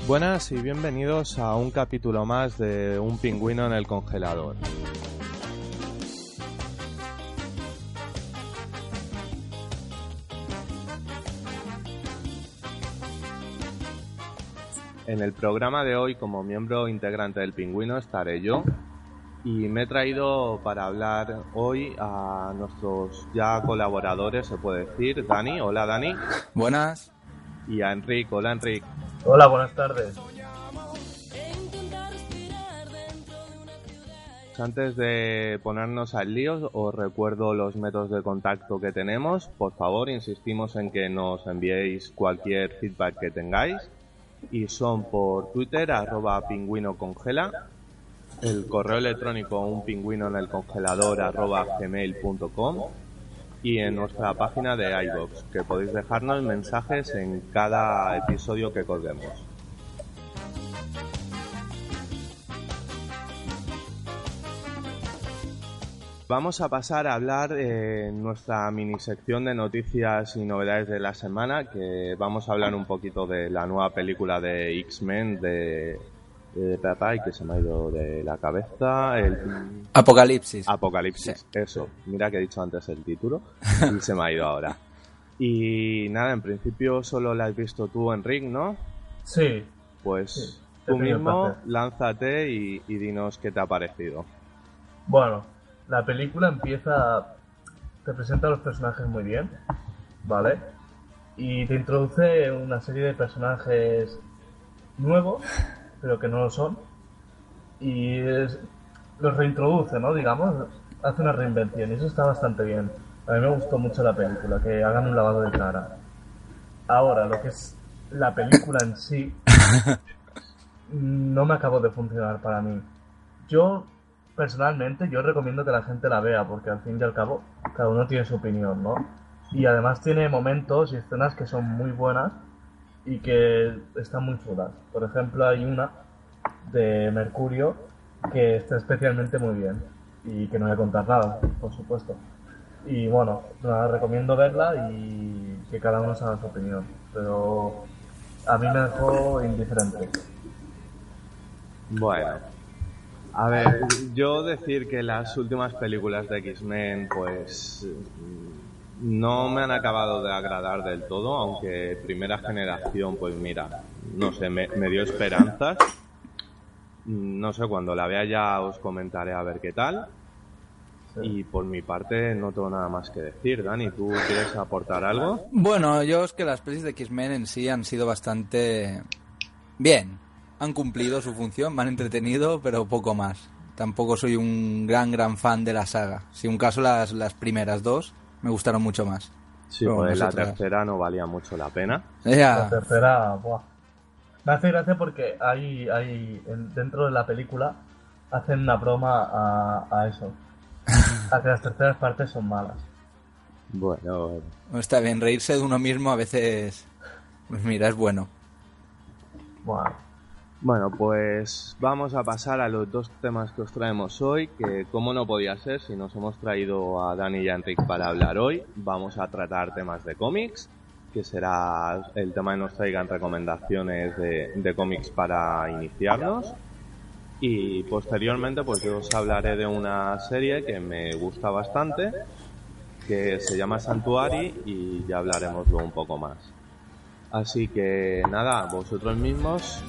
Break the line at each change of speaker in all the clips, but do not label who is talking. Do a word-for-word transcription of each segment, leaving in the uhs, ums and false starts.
Buenas y bienvenidos a un capítulo más de Un pingüino en el congelador. En el programa de hoy, como miembro integrante del Pingüino, estaré yo y me he traído para hablar hoy a nuestros ya colaboradores, se puede decir. Dani, hola Dani.
Buenas.
Y a Enric, hola Enric.
Hola, buenas tardes.
Antes de ponernos al lío, os recuerdo los métodos de contacto que tenemos. Por favor, insistimos en que nos enviéis cualquier feedback que tengáis. Y son por Twitter, arroba pingüinocongela, el correo electrónico un pingüino en el congelador arroba gmail punto com y en nuestra página de iVoox, que podéis dejarnos mensajes en cada episodio que colguemos. Vamos a pasar a hablar en nuestra mini sección de noticias y novedades de la semana, que vamos a hablar un poquito de la nueva película de X-Men de, de Papá, y que se me ha ido de la cabeza. El...
Apocalipsis.
Apocalipsis, sí. Eso. Mira que he dicho antes el título y se me ha ido ahora. Y nada, en principio solo la has visto tú, Enric, ¿no?
Sí.
Pues
sí,
tú mismo lánzate y, y dinos qué te ha parecido.
Bueno, la película empieza, te presenta a los personajes muy bien, ¿vale? Y te introduce una serie de personajes nuevos, pero que no lo son. Y es, los reintroduce, ¿no? Digamos, hace una reinvención y eso está bastante bien. A mí me gustó mucho la película, que hagan un lavado de cara. Ahora, lo que es la película en sí, no me acabó de funcionar para mí. Yo... Personalmente, yo recomiendo que la gente la vea, porque al fin y al cabo, cada uno tiene su opinión, ¿no? Y además tiene momentos y escenas que son muy buenas y que están muy chulas. Por ejemplo, hay una de Mercurio que está especialmente muy bien y que no voy a contar nada, por supuesto. Y bueno, nada, recomiendo verla y que cada uno se haga su opinión. Pero a mí me dejó indiferente.
Bueno. A ver, yo decir que las últimas películas de X-Men pues no me han acabado de agradar del todo, aunque primera generación pues mira, no sé, me, me dio esperanzas. No sé, cuando la vea ya os comentaré a ver qué tal. Sí. Y por mi parte no tengo nada más que decir. Dani, ¿tú quieres aportar algo?
Bueno, yo es que las pelis de X-Men en sí han sido bastante bien. Han cumplido su función, me han entretenido, pero poco más. Tampoco soy un gran, gran fan de la saga. Si un caso, las, las primeras dos me gustaron mucho más.
Sí, pero pues la tercera no valía mucho la pena.
Ya. La tercera, buah. Me hace gracia porque hay, hay dentro de la película hacen una broma a, a eso. A que las terceras partes son malas.
Bueno, bueno.
Está bien, reírse de uno mismo a veces, pues mira, es bueno.
Bueno.
Bueno, pues vamos a pasar a los dos temas que os traemos hoy, que como no podía ser, si nos hemos traído a Dani y a Enric para hablar hoy, vamos a tratar temas de cómics, que será el tema que nos traigan recomendaciones de, de cómics para iniciarnos, y posteriormente pues yo os hablaré de una serie que me gusta bastante, que se llama Sanctuary, y ya hablaremos luego un poco más. Así que nada, vosotros mismos...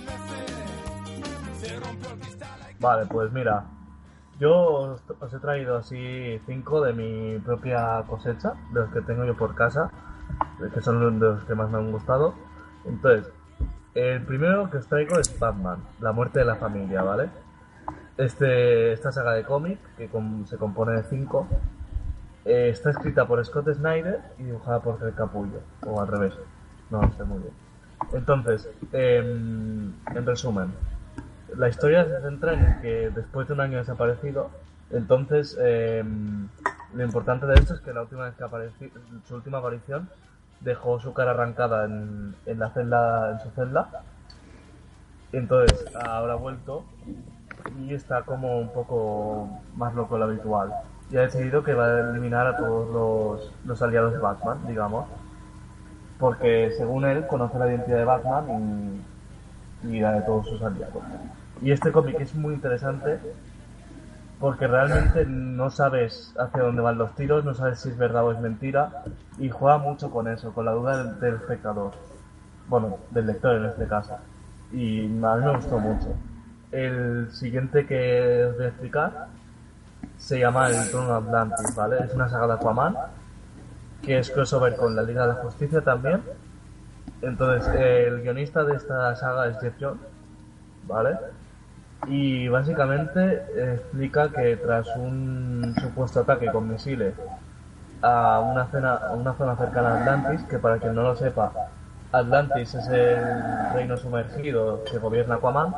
Vale, pues mira, yo os, os he traído así cinco de mi propia cosecha, de los que tengo yo por casa, que son de los que más me han gustado. Entonces, el primero que os traigo es Batman, la muerte de la familia, ¿vale? Este, esta saga de cómic, que com, se compone de cinco, eh, está escrita por Scott Snyder y dibujada por Greg Capullo, o al revés, no lo sé muy bien. Entonces, eh, en resumen, la historia se centra en que después de un año desaparecido, entonces eh, lo importante de esto es que la última vez que apareció, su última aparición, dejó su cara arrancada en, en la celda, en su celda. Entonces ahora ha vuelto y está como un poco más loco de lo habitual. Y ha decidido que va a eliminar a todos los, los aliados de Batman, digamos. Porque según él conoce la identidad de Batman y la de todos sus aliados. Y este cómic es muy interesante porque realmente no sabes hacia dónde van los tiros, no sabes si es verdad o es mentira, y juega mucho con eso, con la duda del, del espectador, bueno, del lector en este caso, y a mí me gustó mucho. El siguiente que os voy a explicar se llama El Trono de Atlantis, ¿vale? Es una saga de Aquaman, que es crossover con la Liga de la Justicia también. Entonces, el guionista de esta saga es Jeff Jones, ¿vale? Y básicamente explica que tras un supuesto ataque con misiles a una, cena, a una zona cercana a Atlantis, que para quien no lo sepa, Atlantis es el reino sumergido que gobierna Aquaman,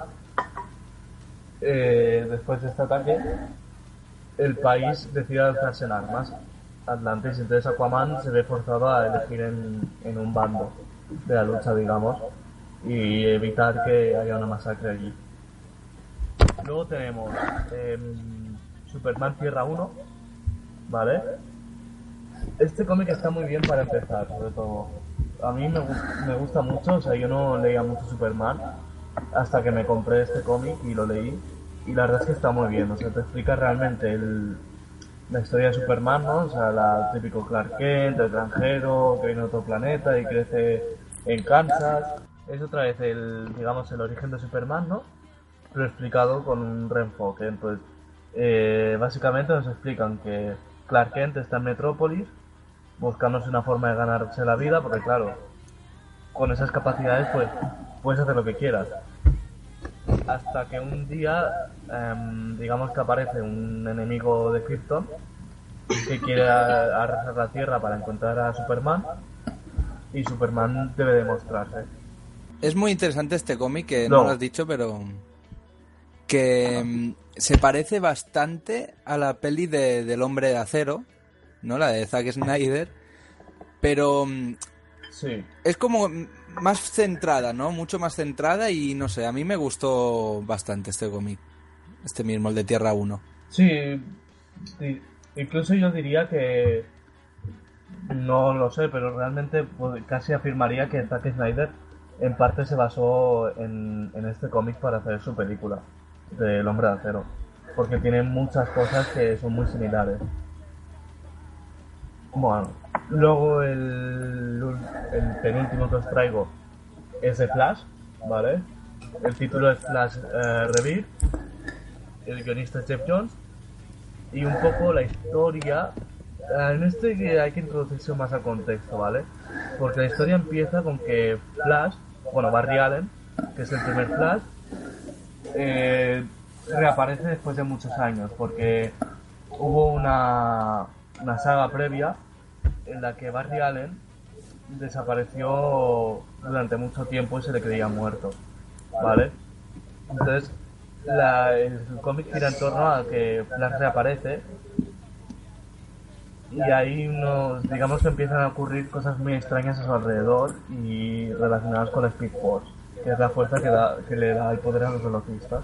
eh, después de este ataque, el país decide alzarse en armas, Atlantis, entonces Aquaman se ve forzado a elegir en, en un bando de la lucha, digamos, y evitar que haya una masacre allí. Luego tenemos eh, Superman Tierra uno, ¿vale? Este cómic está muy bien para empezar, sobre todo. A mí me, me gusta mucho, o sea, yo no leía mucho Superman hasta que me compré este cómic y lo leí. Y la verdad es que está muy bien, o sea, te explica realmente el, la historia de Superman, ¿no? O sea, la típico Clark Kent, el granjero, que viene de otro planeta y crece en Kansas. Es otra vez el, digamos, el origen de Superman, ¿no? Pero explicado con un reenfoque. Entonces, eh, básicamente nos explican que Clark Kent está en Metrópolis buscándose una forma de ganarse la vida, porque claro, con esas capacidades pues puedes hacer lo que quieras. Hasta que un día, eh, digamos que aparece un enemigo de Krypton que quiere arrasar la Tierra para encontrar a Superman, y Superman debe demostrarse.
Es muy interesante este cómic, que
no.
no lo has dicho, pero que um, se parece bastante a la peli de, del Hombre de Acero, ¿no? La de Zack Snyder, pero um,
sí.
es como más centrada, ¿no? Mucho más centrada y no sé, a mí me gustó bastante este cómic, este mismo, el de Tierra uno.
Sí, sí, incluso yo diría que no lo sé, pero realmente pues, casi afirmaría que Zack Snyder en parte se basó en, en este cómic para hacer su película del Hombre de Acero, porque tiene muchas cosas que son muy similares. Bueno, luego el, el penúltimo que os traigo es de Flash, ¿vale? El título es Flash eh, Rebirth, el guionista es Jeff Jones, y un poco la historia. En este hay que introducirse más al contexto, ¿vale? Porque la historia empieza con que Flash, bueno, Barry Allen, que es el primer Flash, eh, reaparece después de muchos años, porque hubo una, una saga previa en la que Barry Allen desapareció durante mucho tiempo y se le creía muerto, ¿vale? Entonces, la, el cómic gira en torno a que Flash reaparece. Y ahí unos, digamos que empiezan a ocurrir cosas muy extrañas a su alrededor y relacionadas con la Speed Force, que es la fuerza que, da, que le da el poder a los velocistas.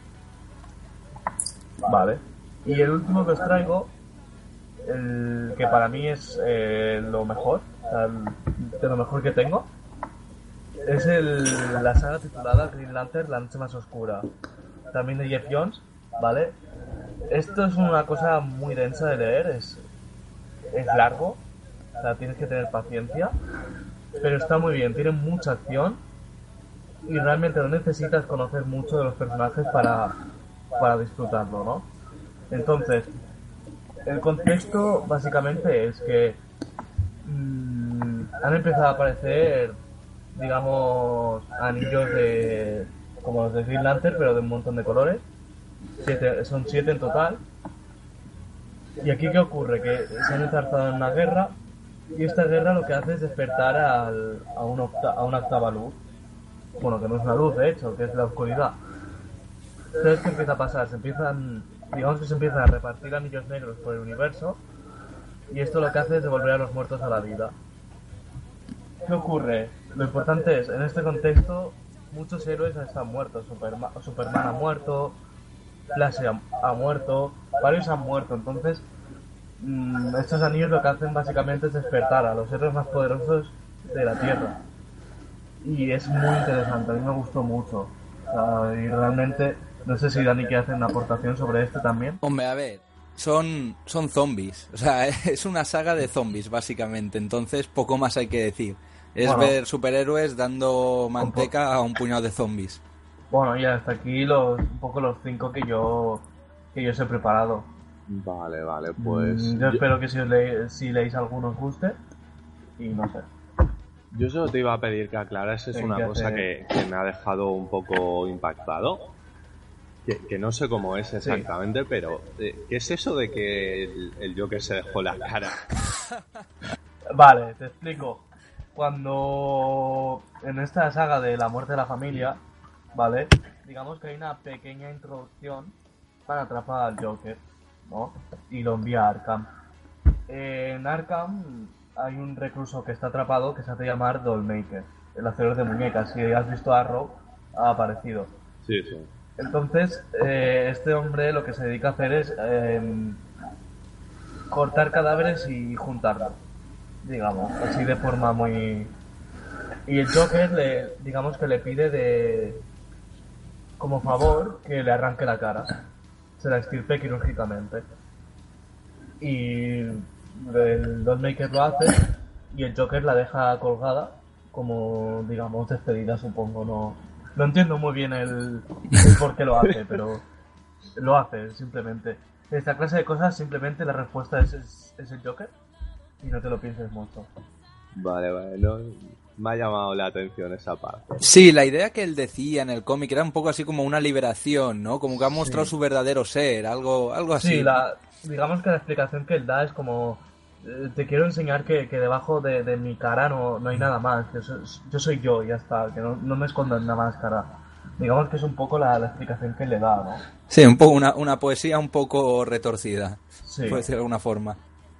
Vale. Y el último que os traigo, el que para mí es eh, lo mejor, o sea, el, de lo mejor que tengo, es el, la saga titulada Green Lantern, la noche más oscura, también de Jeff Jones, ¿vale? Esto es una cosa muy densa de leer, es Es largo, o sea, tienes que tener paciencia, pero está muy bien, tiene mucha acción y realmente no necesitas conocer mucho de los personajes para, para disfrutarlo, ¿no? Entonces, el contexto básicamente es que mmm, han empezado a aparecer, digamos, anillos de como los de Green Lantern, pero de un montón de colores. Siete, son siete en total. Y aquí, ¿qué ocurre? Que se han enzarzado en una guerra, y esta guerra lo que hace es despertar al, a, un octa, a una octava luz. Bueno, que no es una luz, de hecho, que es la oscuridad. Entonces, ¿qué empieza a pasar? Se empiezan, digamos que se empiezan a repartir anillos negros por el universo, y esto lo que hace es devolver a los muertos a la vida. ¿Qué ocurre? Lo importante es, en este contexto, muchos héroes están muertos. Superman, Superman ha muerto, Flash ha, ha muerto, varios han muerto. Entonces mmm, estos anillos lo que hacen básicamente es despertar a los héroes más poderosos de la Tierra, y es muy interesante, a mí me gustó mucho. O sea, y realmente, no sé si Dani quiere hacer una aportación sobre este también.
Hombre, a ver, son, son zombies. O sea, es una saga de zombies, básicamente. Entonces, poco más hay que decir. Es
Bueno,
ver superhéroes dando manteca a un puñado de zombies.
Bueno, y hasta aquí los, un poco los cinco que yo que yo os he preparado.
Vale, vale, pues...
Mm, yo,
yo,
espero que si, os le, si leéis alguno os guste. Y no sé.
yo solo te iba a pedir que aclarases
Sí,
una
que
cosa
hace-
que, que me ha dejado un poco impactado. Que, que no sé cómo es exactamente, pero eh, ¿qué es eso de que el, el Joker se dejó la cara?
Vale, te explico. Cuando en esta saga de la muerte de la familia, ¿vale? Digamos que hay una pequeña introducción para atrapar al Joker, ¿no? Y lo envía a Arkham. Eh, en Arkham hay un recluso que está atrapado que se hace llamar Dollmaker, el hacedor de muñecas. Si has visto Arrow, ha aparecido.
Sí, sí.
Entonces, eh, este hombre lo que se dedica a hacer es eh, cortar cadáveres y juntarlos, digamos, así de forma muy... Y el Joker, le, digamos que le pide de como favor que le arranque la cara, se la extirpe quirúrgicamente. Y el Dollmaker lo hace y el Joker la deja colgada como, digamos, despedida, supongo. No, no entiendo muy bien el, el por qué lo hace, pero lo hace simplemente. Esta clase de cosas, simplemente la respuesta es, es, es el Joker y no te lo pienses mucho.
Vale, vale, no, me ha llamado la atención esa parte.
Sí, la idea que él decía en el cómic era un poco así como una liberación, ¿no? Como que ha mostrado
Sí.
su verdadero ser, algo, algo así.
Sí, la, digamos que la explicación que él da es como... eh, Te quiero enseñar que, que debajo de, de mi cara no, no hay nada más, que so- yo soy yo y ya está, que no, no me escondo en la máscara. Digamos que es un poco la, la explicación que él le da, ¿no?
Sí, un poco una, una poesía un poco retorcida,
Sí.
por decirlo de alguna forma.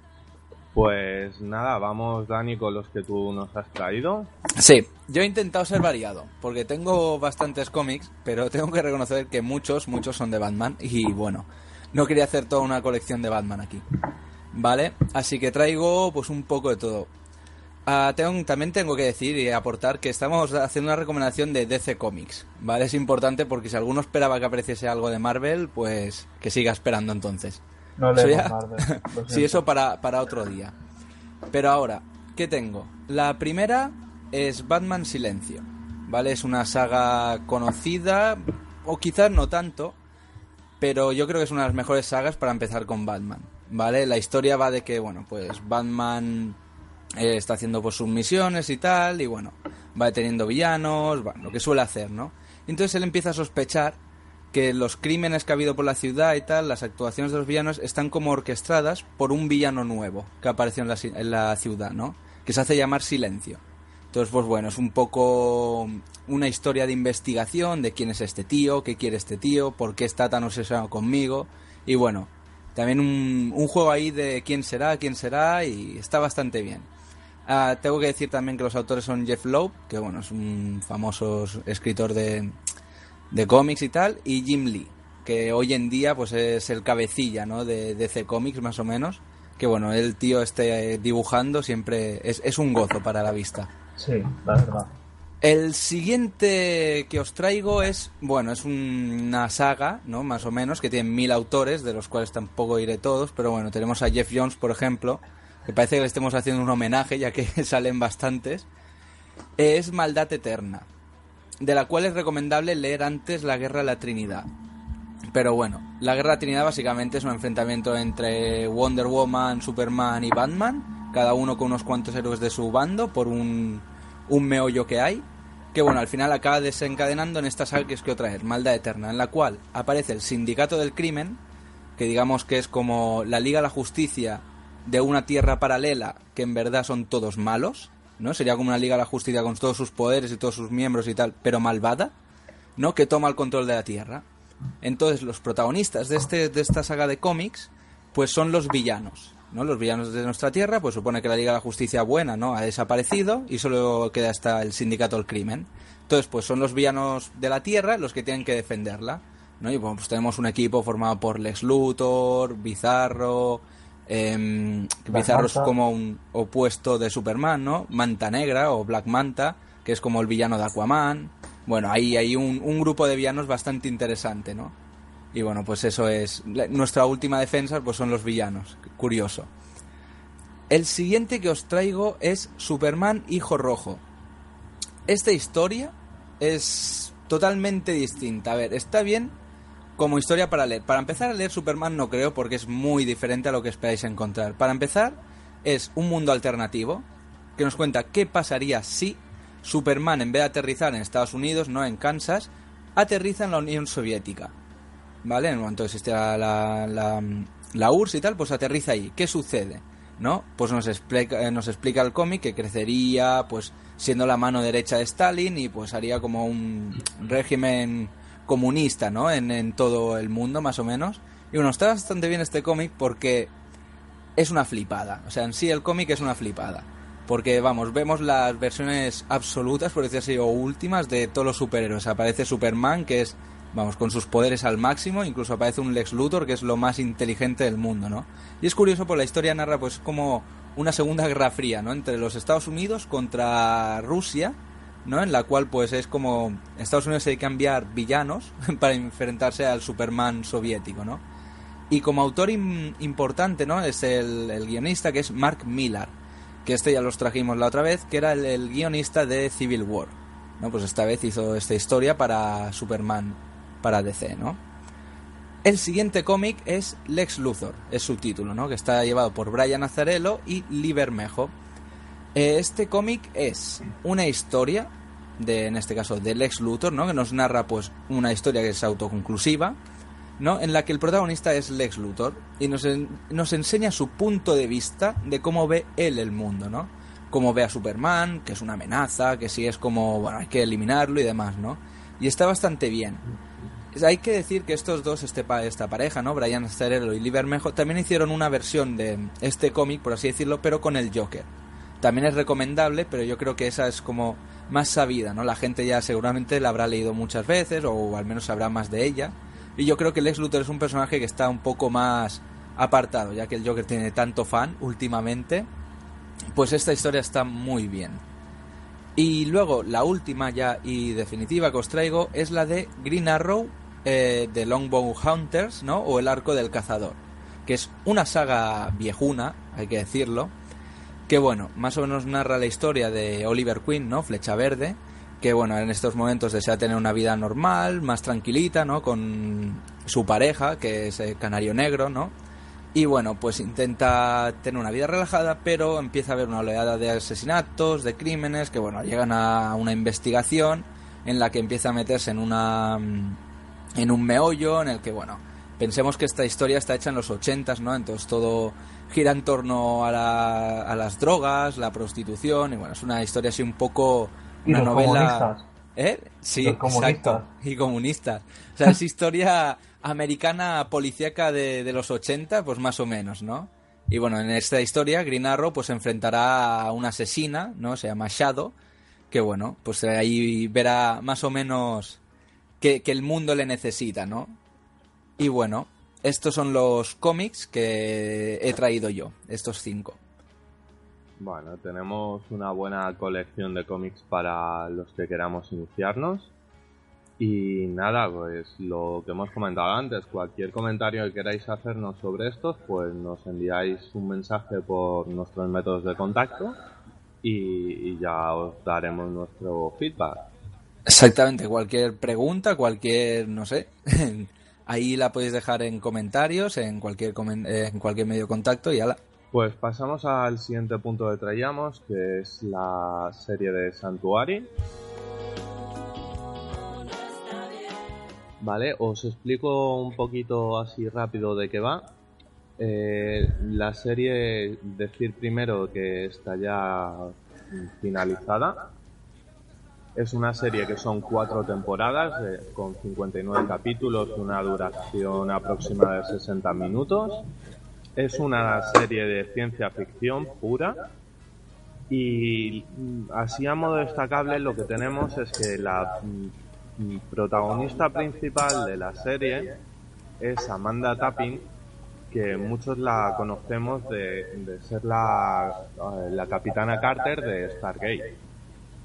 Pues nada, vamos Dani con los que tú nos has traído.
Sí, yo he intentado ser variado, porque tengo bastantes cómics, pero tengo que reconocer que muchos, muchos son de Batman, y bueno, no quería hacer toda una colección de Batman aquí, ¿vale? Así que traigo pues un poco de todo. Ah, tengo, también tengo que decir y aportar que estamos haciendo una recomendación de D C Comics, ¿vale? Es importante porque si alguno esperaba que apareciese algo de Marvel, pues que siga esperando entonces.
No
Eso
leemos
ya-
Marvel, lo
Sí,
siento.
eso para, para otro día. Pero ahora, ¿qué tengo? La primera es Batman Silencio, ¿vale? Es una saga conocida, o quizás no tanto, pero yo creo que es una de las mejores sagas para empezar con Batman, ¿vale? La historia va de que, bueno, pues Batman eh, está haciendo pues sus misiones y tal, y bueno, va deteniendo villanos, bueno, lo que suele hacer, ¿no? Entonces él empieza a sospechar que los crímenes que ha habido por la ciudad y tal, las actuaciones de los villanos están como orquestadas por un villano nuevo que apareció en la, ci- en la ciudad, ¿no? Que se hace llamar Silencio. Entonces, pues bueno, es un poco una historia de investigación de quién es este tío, qué quiere este tío, por qué está tan obsesionado conmigo. Y bueno, también un, un juego ahí de quién será, quién será, y está bastante bien. Ah, tengo que decir también que los autores son Jeff Loeb, que bueno, es un famoso escritor de, de cómics y tal, y Jim Lee, que hoy en día pues es el cabecilla, ¿no? de D C Comics más o menos, que bueno, el tío esté dibujando siempre es, es un gozo para la vista.
Sí, la verdad.
El siguiente que os traigo es, bueno, es un- una saga, ¿no? Más o menos, que tiene mil autores, de los cuales tampoco iré todos, pero bueno, tenemos a Jeff Jones, por ejemplo, que parece que le estemos haciendo un homenaje, ya que salen bastantes. Es Maldad Eterna, de la cual es recomendable leer antes La Guerra de la Trinidad. Pero bueno, la Guerra de la Trinidad básicamente es un enfrentamiento entre Wonder Woman, Superman y Batman, cada uno con unos cuantos héroes de su bando por un, un meollo que hay, que bueno, al final acaba desencadenando en esta saga que es que otra es Maldad Eterna, en la cual aparece el Sindicato del Crimen, que digamos que es como la Liga de la Justicia de una tierra paralela que en verdad son todos malos, ¿no? Sería como una Liga de la Justicia con todos sus poderes y todos sus miembros y tal, pero malvada, ¿no? Que toma el control de la tierra. Entonces los protagonistas de este de esta saga de cómics pues son los villanos, ¿no? Los villanos de nuestra tierra, pues supone que la Liga de la Justicia buena, ¿no? Ha desaparecido y solo queda hasta el Sindicato del Crimen. Entonces pues son los villanos de la tierra los que tienen que defenderla, ¿no? Y bueno, pues tenemos un equipo formado por Lex Luthor, Bizarro, eh, Bizarro es como un opuesto de Superman, ¿no? Manta Negra o Black Manta, que es como el villano de Aquaman. bueno, ahí hay un, un grupo de villanos bastante interesante, ¿no? Y bueno, pues eso es... Nuestra última defensa pues son los villanos. Curioso. El siguiente que os traigo es Superman Hijo Rojo. Esta historia es totalmente distinta. A ver, está bien como historia para leer. Para empezar a leer Superman no creo, porque es muy diferente a lo que esperáis encontrar. Para empezar, es un mundo alternativo que nos cuenta qué pasaría si Superman, en vez de aterrizar en Estados Unidos, no en Kansas, aterriza en la Unión Soviética. ¿Vale? En cuanto existía la, la, la U R S S y tal, pues aterriza ahí. ¿Qué sucede? ¿No? Pues nos explica, nos explica el cómic que crecería, pues, siendo la mano derecha de Stalin y pues haría como un régimen comunista, ¿no? En, en todo el mundo, más o menos. Y bueno, está bastante bien este cómic porque es una flipada. O sea, en sí el cómic es una flipada. Porque, vamos, vemos las versiones absolutas, por decir así, o últimas de todos los superhéroes. Aparece Superman, que es, vamos, con sus poderes al máximo. Incluso aparece un Lex Luthor, que es lo más inteligente del mundo, ¿no? Y es curioso, porque la historia narra, pues, como una segunda guerra fría, ¿no? Entre los Estados Unidos contra Rusia, ¿no? En la cual, pues, es como Estados Unidos hay que enviar villanos para enfrentarse al Superman soviético, ¿no? Y como autor im- importante, ¿no? Es el, el guionista, que es Mark Millar, que este ya los trajimos la otra vez, que era el, el guionista de Civil War, ¿no? Pues esta vez hizo esta historia para Superman, para D C, ¿no? El siguiente cómic es Lex Luthor, es su título, ¿no? Que está llevado por Brian Azzarello y Lee Bermejo. Este cómic es una historia, de, en este caso, de Lex Luthor, ¿no? Que nos narra, pues, una historia que es autoconclusiva, ¿no? En la que el protagonista es Lex Luthor y nos, en, nos enseña su punto de vista de cómo ve él el mundo, ¿no? Cómo ve a Superman, que es una amenaza, que sí es como, bueno, hay que eliminarlo y demás, ¿no? Y está bastante bien. Hay que decir que estos dos, este, esta pareja, ¿no? Brian Azzarello y Lee Bermejo, también hicieron una versión de este cómic, por así decirlo, pero con el Joker. También es recomendable, pero yo creo que esa es como más sabida, ¿no? La gente ya seguramente la habrá leído muchas veces, o al menos sabrá más de ella. Y yo creo que Lex Luthor es un personaje que está un poco más apartado, ya que el Joker tiene tanto fan últimamente. Pues esta historia está muy bien. Y luego, la última ya y definitiva que os traigo es la de Green Arrow, eh, de Longbow Hunters, ¿no? O el Arco del Cazador, que es una saga viejuna, hay que decirlo, que bueno, más o menos narra la historia de Oliver Queen, ¿no? Flecha Verde, que bueno, en estos momentos desea tener una vida normal, más tranquilita, ¿no? Con su pareja, que es el Canario Negro, ¿no? Y bueno, pues intenta tener una vida relajada, pero empieza a haber una oleada de asesinatos, de crímenes, que bueno, llegan a una investigación en la que empieza a meterse en una en un meollo en el que, bueno, pensemos que esta historia está hecha en los ochentas, ¿no? Entonces todo gira en torno a, la, a las drogas, la prostitución, y bueno, es una historia así un poco... Una
y los
novela...
comunistas.
¿Eh? Sí,
los comunistas.
Exacto. Y comunistas. O sea, es historia americana policíaca de, de los ochenta, pues más o menos, ¿no? Y bueno, en esta historia Green Arrow pues se enfrentará a una asesina, ¿no? Se llama Shadow, que bueno, pues ahí verá más o menos que, que el mundo le necesita, ¿no? Y bueno, estos son los cómics que he traído yo, estos cinco.
Bueno, tenemos una buena colección de cómics para los que queramos iniciarnos. Y nada, pues lo que hemos comentado antes, cualquier comentario que queráis hacernos sobre estos, pues nos enviáis un mensaje por nuestros métodos de contacto y, y ya os daremos nuestro feedback.
Exactamente, cualquier pregunta, cualquier, no sé, ahí la podéis dejar en comentarios, en cualquier, comen- en cualquier medio de contacto y ala.
Pues pasamos al siguiente punto que traíamos, que es la serie de Sanctuary. Vale, os explico un poquito así rápido de qué va. Eh, la serie, decir primero que está ya finalizada. Es una serie que son cuatro temporadas eh, con cincuenta y nueve capítulos, una duración aproximada de sesenta minutos. Es una serie de ciencia ficción pura y así a modo destacable lo que tenemos es que la protagonista principal de la serie es Amanda Tapping, que muchos la conocemos de, de ser la, la capitana Carter de Stargate.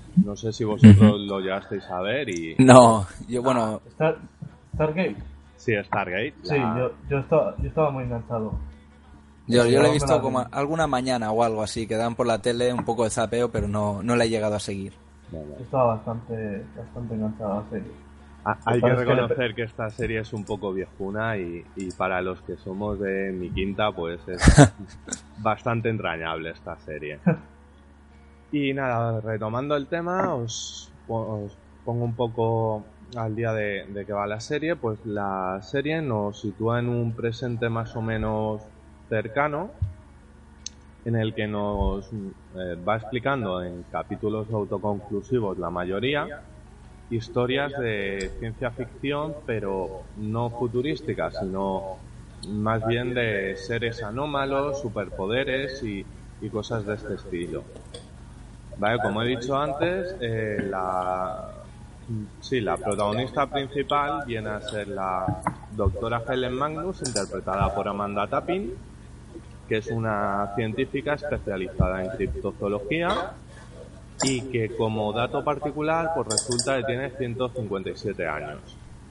No sé si vosotros uh-huh. lo llegasteis a ver y...
No, yo bueno...
Ah, Star, Stargate.
Sí, Stargate.
Sí, la... yo, yo, estaba, yo estaba muy enganchado.
Yo, yo lo he visto como alguna mañana o algo así, que dan por la tele un poco de zapeo, pero no, no la he llegado a seguir.
Yo estaba bastante, bastante enganchado a la serie.
Ah, hay que reconocer que esta serie es un poco viejuna y, y para los que somos de mi quinta, pues es bastante entrañable esta serie. Y nada, retomando el tema, os, os pongo un poco al día de, de qué va la serie. Pues la serie nos sitúa en un presente más o menos cercano, en el que nos eh, va explicando en capítulos autoconclusivos la mayoría historias de ciencia ficción, pero no futurísticas, sino más bien de seres anómalos, superpoderes y, y cosas de este estilo. Vale, como he dicho antes, eh, la sí, la protagonista principal viene a ser la doctora Helen Magnus, interpretada por Amanda Tapping, que es una científica especializada en criptozoología y que, como dato particular, pues resulta que tiene ciento cincuenta y siete años.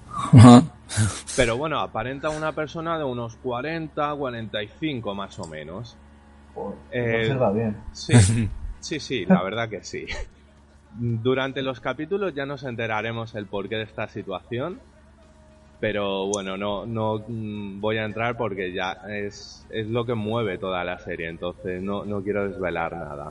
Pero bueno, aparenta una persona de unos cuarenta, cuarenta y cinco más o menos.
Pues, eh, no se va bien.
Sí, sí, sí, la verdad que sí. Durante los capítulos ya nos enteraremos el porqué de esta situación, pero bueno, no, no voy a entrar porque ya es, es lo que mueve toda la serie, entonces no, no quiero desvelar nada.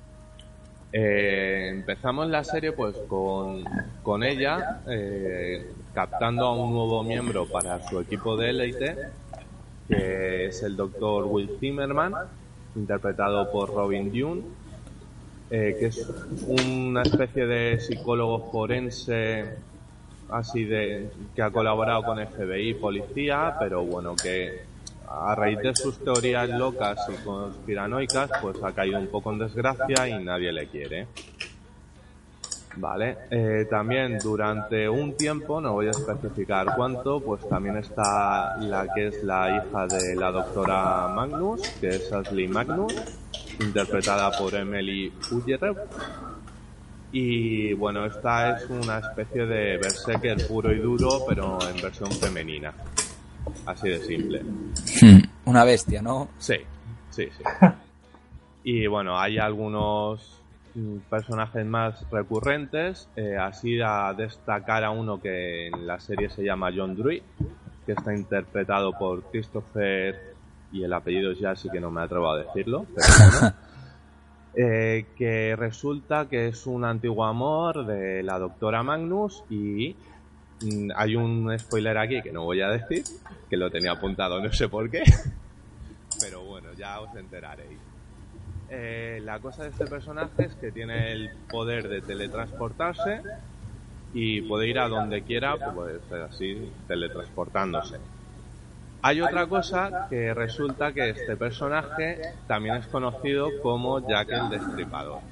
Eh, empezamos la serie pues con, con ella eh, captando a un nuevo miembro para su equipo de élite, que es el doctor Will Zimmerman, interpretado por Robin Dunne, eh, que es una especie de psicólogo forense así de que ha colaborado con F B I, policía, pero bueno, que a raíz de sus teorías locas y conspiranoicas, pues ha caído un poco en desgracia y nadie le quiere. Vale, eh, también durante un tiempo, no voy a especificar cuánto, pues también está la que es la hija de la doctora Magnus, que es Ashley Magnus, interpretada por Emily Ullerev. Y bueno, esta es una especie de Berserker puro y duro, pero en versión femenina. Así de simple.
Una bestia, ¿no?
Sí, sí, sí. Y bueno, hay algunos personajes más recurrentes, eh, así a destacar a uno que en la serie se llama John Druid, que está interpretado por Christopher, y el apellido ya sí que no me atrevo a decirlo, pero bueno. Eh, que resulta que es un antiguo amor de la doctora Magnus y mm, hay un spoiler aquí que no voy a decir, que lo tenía apuntado no sé por qué, pero bueno, ya os enteraréis. Eh, la cosa de este personaje es que tiene el poder de teletransportarse y puede ir a donde quiera, pues así, teletransportándose. Hay otra cosa, que resulta que este personaje también es conocido como Jack el Destripador.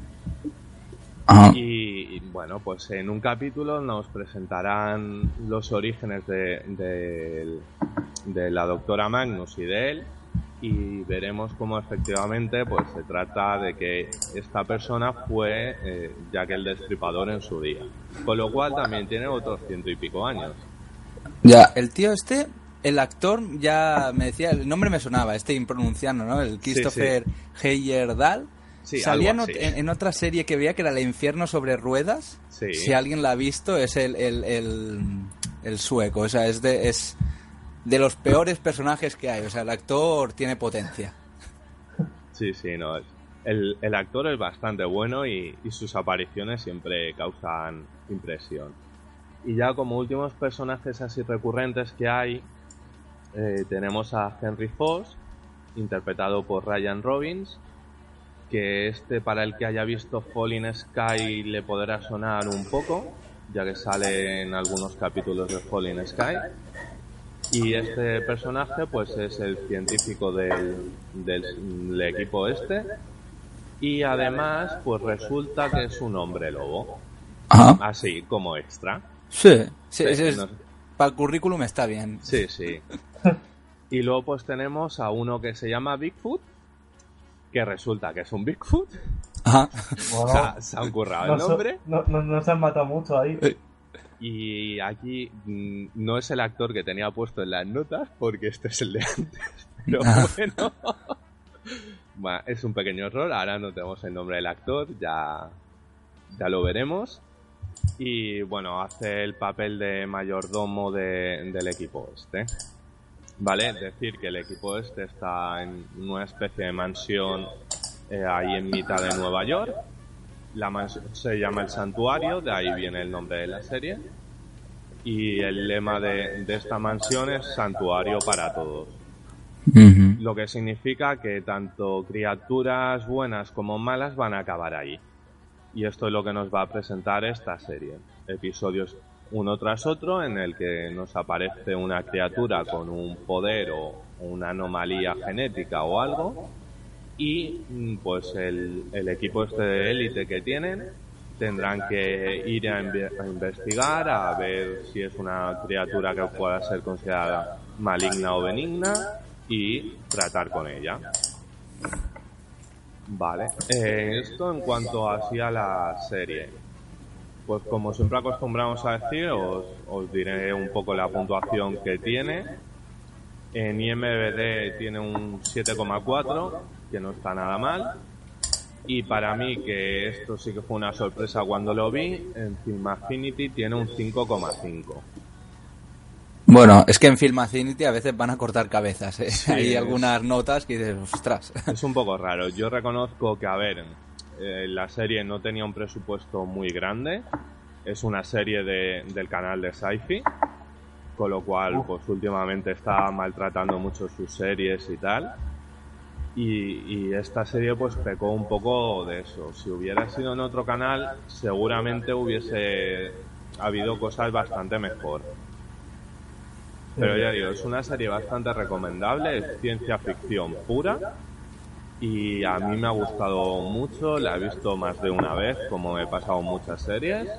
Y, y bueno, pues en un capítulo nos presentarán los orígenes de, de, de la doctora Magnus y de él, y veremos cómo efectivamente pues se trata de que esta persona fue eh, Jack el Destripador en su día. Con lo cual también tiene otros ciento y pico años.
Ya, el tío este... El actor, ya me decía, el nombre me sonaba, este impronunciano, ¿no? El Christopher sí, sí. Heyerdahl.
Sí,
salía en, en, en otra serie que veía que era El infierno sobre ruedas.
Sí.
Si alguien la ha visto, es el, el, el, el sueco. O sea, es de, es de los peores personajes que hay. O sea, el actor tiene potencia.
Sí, sí, no. El, el actor es bastante bueno y, y sus apariciones siempre causan impresión. Y ya como últimos personajes así recurrentes que hay, Eh, tenemos a Henry Foss, interpretado por Ryan Robbins, que este, para el que haya visto Falling Sky, le podrá sonar un poco, ya que sale en algunos capítulos de Falling Sky. Y este personaje pues es el científico del, del, del equipo este, y además pues resulta que es un hombre lobo.
Ajá.
Así como extra.
Sí, sí, sí, es,
no...
para el currículum está bien.
Sí, sí. Y luego pues tenemos a uno que se llama Bigfoot, que resulta que es un Bigfoot.
Ajá.
Bueno,
O sea, se han currado el
no,
nombre.
no, no, no se han matado mucho ahí.
Y aquí mm, no es el actor que tenía puesto en las notas, porque este es el de antes. Pero bueno. Bueno, es un pequeño error. Ahora no tenemos el nombre del actor, ya, ya lo veremos. Y bueno, hace el papel de mayordomo de, del equipo este. Vale, es decir, que el equipo este está en una especie de mansión eh, ahí en mitad de Nueva York. La mansión se llama El Santuario, de ahí viene el nombre de la serie. Y el lema de, de esta mansión es Santuario para todos.
Uh-huh.
Lo que significa que tanto criaturas buenas como malas van a acabar ahí. Y esto es lo que nos va a presentar esta serie. Episodios uno tras otro en el que nos aparece una criatura con un poder o una anomalía genética o algo. Y pues el, el equipo este de élite que tienen tendrán que ir a, inve- a investigar, a ver si es una criatura que pueda ser considerada maligna o benigna y tratar con ella. Vale, eh, esto en cuanto así a la serie. Pues como siempre acostumbramos a decir, os, os diré un poco la puntuación que tiene. En I M D B tiene un siete coma cuatro, que no está nada mal. Y para mí, que esto sí que fue una sorpresa cuando lo vi, en Film Affinity tiene un cinco coma cinco.
Bueno, es que en Film Affinity a veces van a cortar cabezas, ¿eh?
Sí,
Hay
es...
algunas notas que dices, ostras.
Es un poco raro. Yo reconozco que, a ver, eh, la serie no tenía un presupuesto muy grande. Es una serie de, del canal de Sci-Fi, con lo cual, pues últimamente está maltratando mucho sus series y tal. Y, y esta serie pues pecó un poco de eso. Si hubiera sido en otro canal, seguramente hubiese habido cosas bastante mejor. Pero ya digo, es una serie bastante recomendable, es ciencia ficción pura y a mí me ha gustado mucho, la he visto más de una vez, como he pasado muchas series,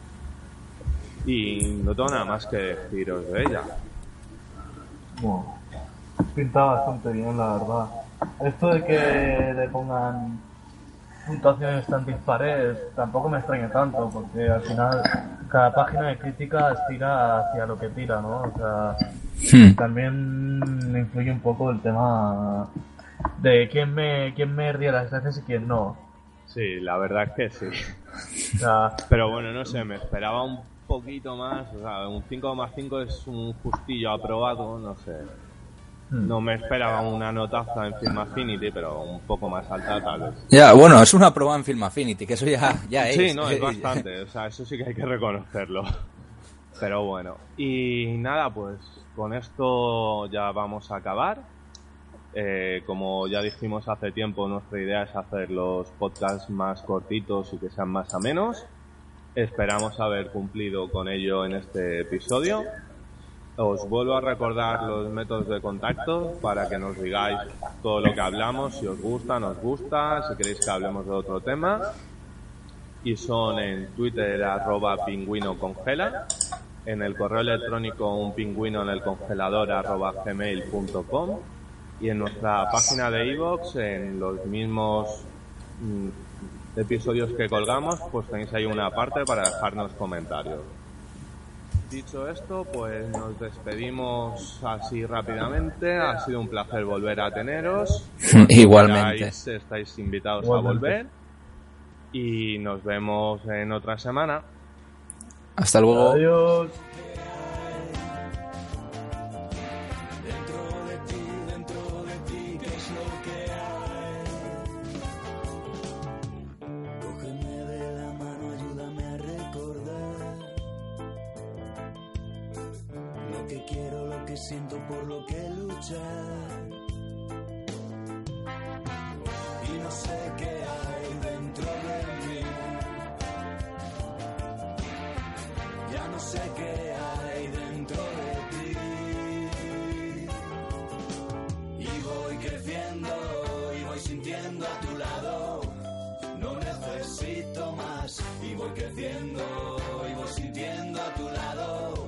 y no tengo nada más que deciros de ella.
Bueno, pinta bastante bien, la verdad. Esto de que le pongan puntuaciones tan dispares tampoco me extraña tanto, porque al final cada página de críticas tira hacia lo que tira, ¿no? O sea,
Hmm.
también influye un poco el tema de quién me quién me ríe las veces y quién no.
Sí, la verdad es que sí.
O sea,
Pero bueno, no sé, me esperaba un poquito más, o sea, un cinco coma cinco es un justillo aprobado, no sé. No me esperaba una notaza en Film Affinity, pero un poco más alta tal vez.
Ya, bueno, es una prueba en Film Affinity, que eso ya, ya es.
Sí, no, es bastante, o sea, eso sí que hay que reconocerlo. Pero bueno, y nada, pues con esto ya vamos a acabar. Eh, como ya dijimos hace tiempo, nuestra idea es hacer los podcasts más cortitos y que sean más amenos. Esperamos haber cumplido con ello en este episodio. Os vuelvo a recordar los métodos de contacto para que nos digáis todo lo que hablamos, si os gusta, nos gusta, si queréis que hablemos de otro tema. Y son en Twitter arroba pingüino congela, en el correo electrónico un pingüino en el congelador arroba gmail punto com y en nuestra página de iVoox, en los mismos mm, episodios que colgamos, pues tenéis ahí una parte para dejarnos comentarios. Dicho esto, pues nos despedimos así rápidamente. Ha sido un placer volver a teneros.
Igualmente.
Queráis, estáis invitados
Igualmente.
a volver. Y nos vemos en otra semana.
Hasta luego.
adiós.
Cógeme de la mano, ayúdame a recordar lo que quiero, lo que siento, por lo que luchar. Y no sé qué hay dentro de mí, ya no sé qué hay dentro de ti. Y voy creciendo y voy sintiendo a tu lado. No necesito más y voy creciendo y voy sintiendo a tu lado.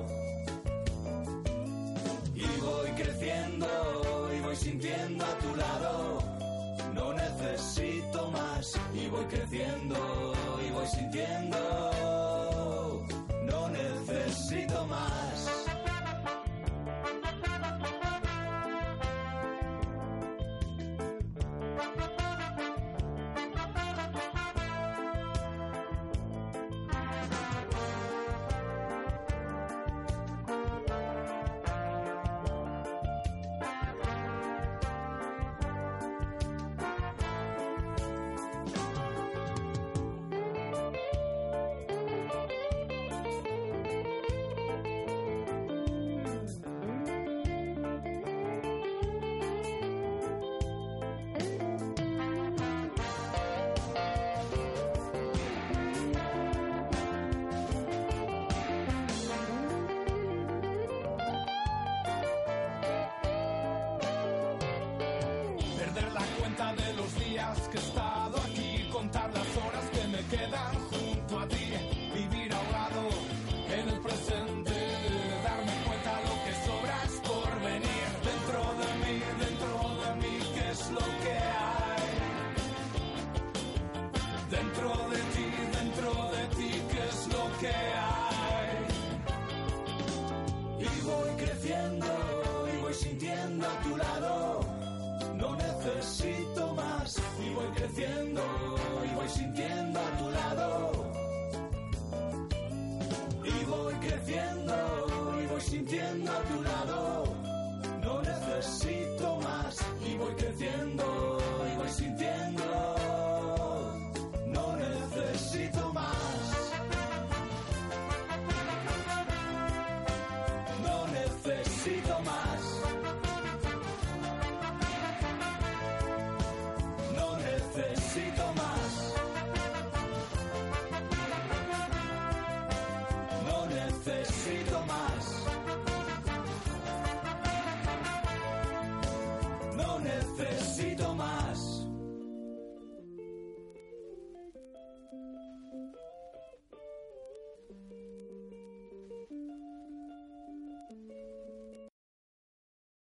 Y voy creciendo y voy sintiendo a tu lado. No necesito más y voy creciendo. creciendo y voy sintiendo, no necesito más.
Que he estado aquí, contar las horas que me quedan junto a ti, vivir ahogado en el presente, darme cuenta lo que sobra es por venir. Dentro de mí, dentro de mí, ¿qué es lo que hay? Dentro de ti, dentro de ti, ¿qué es lo que hay?
Y voy creciendo y voy sintiendo a tu lado, no necesito más. Y voy creciendo y voy sintiendo a tu lado. Y voy creciendo y voy sintiendo a tu lado, no necesito más. Y voy creciendo y voy sintiendo, no necesito más. No necesito más. Necesito más. No necesito más.